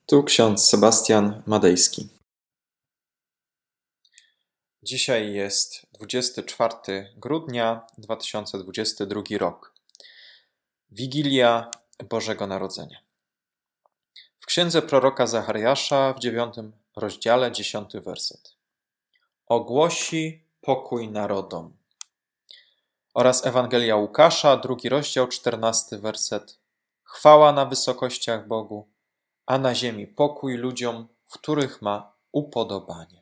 Tu ksiądz Sebastian Madejski. Dzisiaj jest 24 grudnia 2022 rok. Wigilia Bożego Narodzenia. W księdze proroka Zachariasza w 9 rozdziale 10 werset. Ogłosi pokój narodom. Oraz Ewangelia Łukasza, 2 rozdział 14 werset. Chwała na wysokościach Bogu, a na ziemi pokój ludziom, w których ma upodobanie.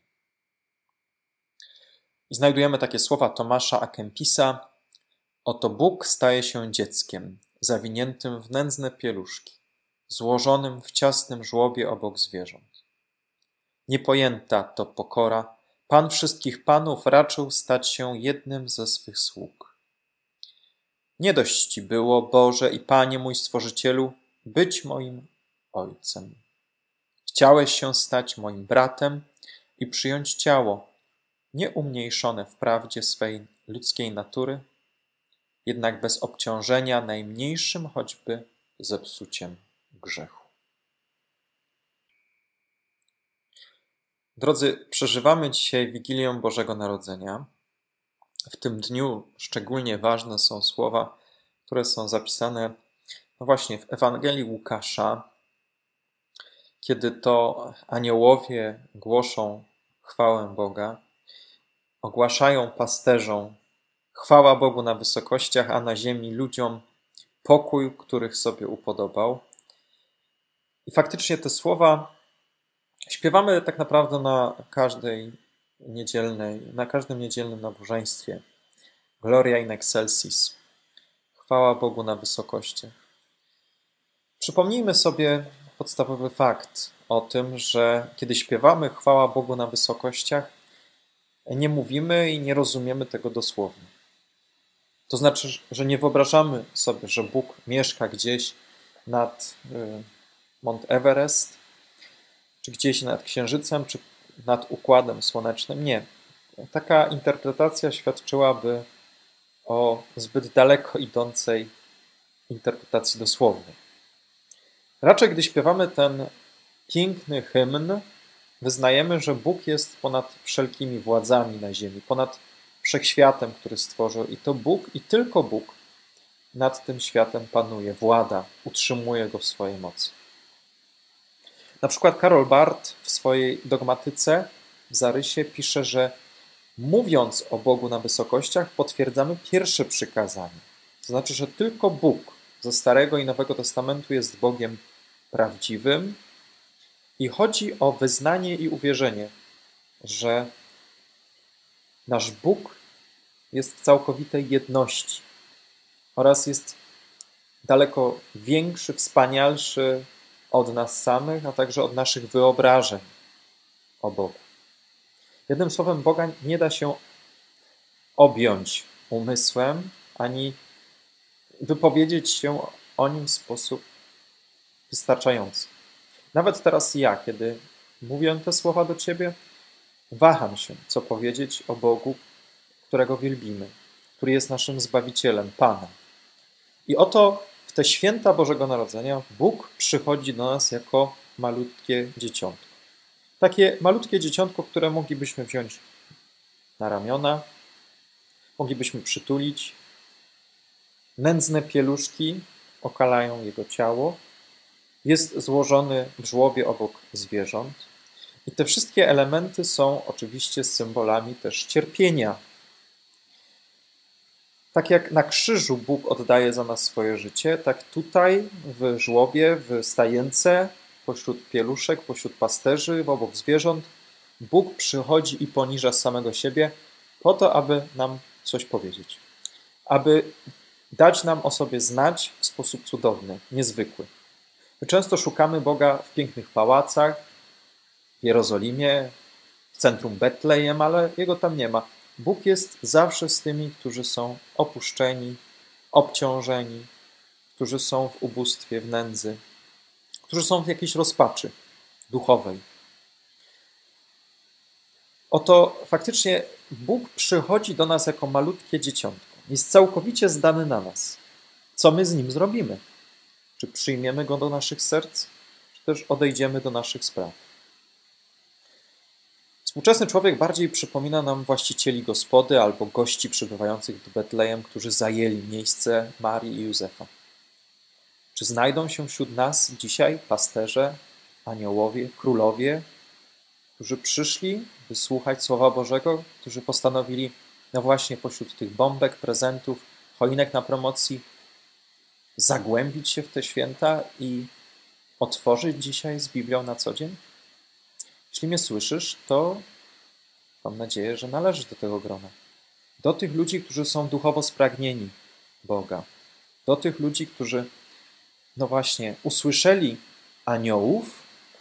I znajdujemy takie słowa Tomasza à Kempisa. Oto Bóg staje się dzieckiem, zawiniętym w nędzne pieluszki, złożonym w ciasnym żłobie obok zwierząt. Niepojęta to pokora, Pan wszystkich panów raczył stać się jednym ze swych sług. Nie dość ci było, Boże i Panie mój Stworzycielu, być moim Ojcem. Chciałeś się stać moim bratem i przyjąć ciało, nieumniejszone wprawdzie swej ludzkiej natury, jednak bez obciążenia najmniejszym choćby zepsuciem grzechu. Drodzy, przeżywamy dzisiaj Wigilię Bożego Narodzenia. W tym dniu szczególnie ważne są słowa, które są zapisane właśnie w Ewangelii Łukasza, kiedy to aniołowie głoszą chwałę Boga, ogłaszają pasterzom chwała Bogu na wysokościach, a na ziemi ludziom pokój, których sobie upodobał. I faktycznie te słowa śpiewamy tak naprawdę na każdym niedzielnym nabożeństwie. Gloria in excelsis. Chwała Bogu na wysokościach. Przypomnijmy sobie podstawowy fakt o tym, że kiedy śpiewamy chwała Bogu na wysokościach, nie mówimy i nie rozumiemy tego dosłownie. To znaczy, że nie wyobrażamy sobie, że Bóg mieszka gdzieś nad Mount Everest, czy gdzieś nad Księżycem, czy nad Układem Słonecznym. Nie. Taka interpretacja świadczyłaby o zbyt daleko idącej interpretacji dosłownej. Raczej, gdy śpiewamy ten piękny hymn, wyznajemy, że Bóg jest ponad wszelkimi władzami na ziemi, ponad wszechświatem, który stworzył. I to Bóg, i tylko Bóg nad tym światem panuje, włada, utrzymuje go w swojej mocy. Na przykład Karol Barth w swojej dogmatyce w zarysie pisze, że mówiąc o Bogu na wysokościach, potwierdzamy pierwsze przykazanie. To znaczy, że tylko Bóg ze Starego i Nowego Testamentu jest Bogiem prawdziwym i chodzi o wyznanie i uwierzenie, że nasz Bóg jest w całkowitej jedności oraz jest daleko większy, wspanialszy od nas samych, a także od naszych wyobrażeń o Bogu. Jednym słowem, Boga nie da się objąć umysłem, ani wypowiedzieć się o Nim w sposób wystarczający. Nawet teraz ja, kiedy mówię te słowa do Ciebie, waham się, co powiedzieć o Bogu, którego wielbimy, który jest naszym Zbawicielem, Panem. I oto w te święta Bożego Narodzenia Bóg przychodzi do nas jako malutkie dzieciątko. Takie malutkie dzieciątko, które moglibyśmy wziąć na ramiona, moglibyśmy przytulić. Nędzne pieluszki okalają Jego ciało. Jest złożony w żłobie obok zwierząt. I te wszystkie elementy są oczywiście symbolami też cierpienia. Tak jak na krzyżu Bóg oddaje za nas swoje życie, tak tutaj w żłobie, w stajence, pośród pieluszek, pośród pasterzy, obok zwierząt, Bóg przychodzi i poniża samego siebie po to, aby nam coś powiedzieć. Aby dać nam o sobie znać w sposób cudowny, niezwykły. My często szukamy Boga w pięknych pałacach, w Jerozolimie, w centrum Betlejem, ale Jego tam nie ma. Bóg jest zawsze z tymi, którzy są opuszczeni, obciążeni, którzy są w ubóstwie, w nędzy, którzy są w jakiejś rozpaczy duchowej. Oto faktycznie Bóg przychodzi do nas jako malutkie dzieciątko. Jest całkowicie zdany na nas. Co my z Nim zrobimy? Czy przyjmiemy Go do naszych serc? też odejdziemy do naszych spraw. Współczesny człowiek bardziej przypomina nam właścicieli gospody albo gości przybywających do Betlejem, którzy zajęli miejsce Marii i Józefa. Czy znajdą się wśród nas dzisiaj pasterze, aniołowie, królowie, którzy przyszli, by słuchać Słowa Bożego, którzy postanowili, no właśnie pośród tych bombek, prezentów, choinek na promocji, zagłębić się w te święta i otworzyć dzisiaj z Biblią na co dzień? Jeśli mnie słyszysz, to mam nadzieję, że należysz do tego grona. Do tych ludzi, którzy są duchowo spragnieni Boga. Do tych ludzi, którzy, no właśnie, usłyszeli aniołów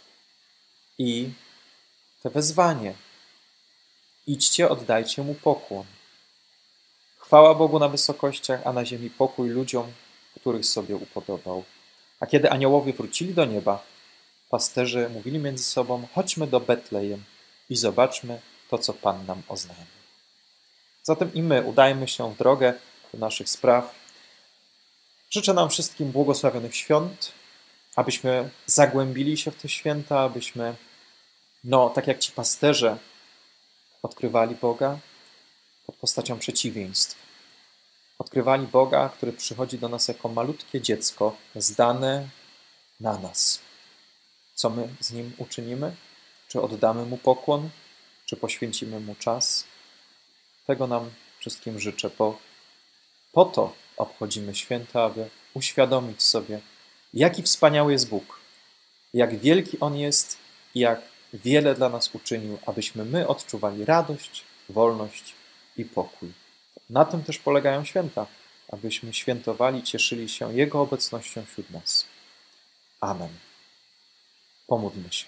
i te wezwanie. Idźcie, oddajcie mu pokłon. Chwała Bogu na wysokościach, a na ziemi pokój ludziom, których sobie upodobał. A kiedy aniołowie wrócili do nieba, pasterze mówili między sobą: chodźmy do Betlejem i zobaczmy to, co Pan nam oznajmił. Zatem i my udajmy się w drogę do naszych spraw. Życzę nam wszystkim błogosławionych świąt, abyśmy zagłębili się w te święta, abyśmy, tak jak ci pasterze, odkrywali Boga pod postacią przeciwieństw. Odkrywali Boga, który przychodzi do nas jako malutkie dziecko, zdane na nas. Co my z Nim uczynimy? Czy oddamy Mu pokłon? Czy poświęcimy Mu czas? Tego nam wszystkim życzę, bo po to obchodzimy święta, aby uświadomić sobie, jaki wspaniały jest Bóg, jak wielki On jest i jak wiele dla nas uczynił, abyśmy my odczuwali radość, wolność i pokój. Na tym też polegają święta, abyśmy świętowali, cieszyli się Jego obecnością wśród nas. Amen. Pomódlmy się.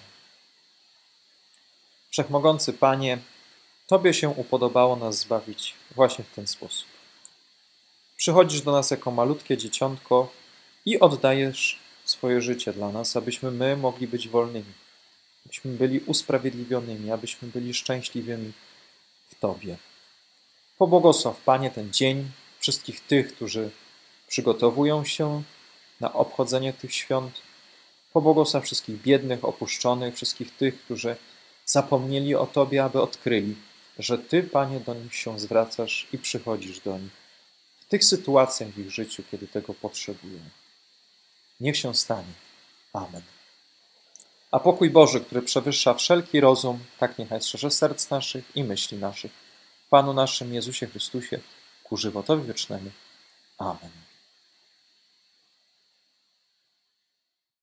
Wszechmogący Panie, Tobie się upodobało nas zbawić właśnie w ten sposób. Przychodzisz do nas jako malutkie dzieciątko i oddajesz swoje życie dla nas, abyśmy my mogli być wolnymi, abyśmy byli usprawiedliwionymi, abyśmy byli szczęśliwymi w Tobie. Pobłogosław, Panie, ten dzień, wszystkich tych, którzy przygotowują się na obchodzenie tych świąt. Pobłogosław wszystkich biednych, opuszczonych, wszystkich tych, którzy zapomnieli o Tobie, aby odkryli, że Ty, Panie, do nich się zwracasz i przychodzisz do nich w tych sytuacjach w ich życiu, kiedy tego potrzebują. Niech się stanie. Amen. A pokój Boży, który przewyższa wszelki rozum, tak niechaj strzeże serc naszych i myśli naszych. W Panu naszym Jezusie Chrystusie, ku żywotowi wiecznemu. Amen.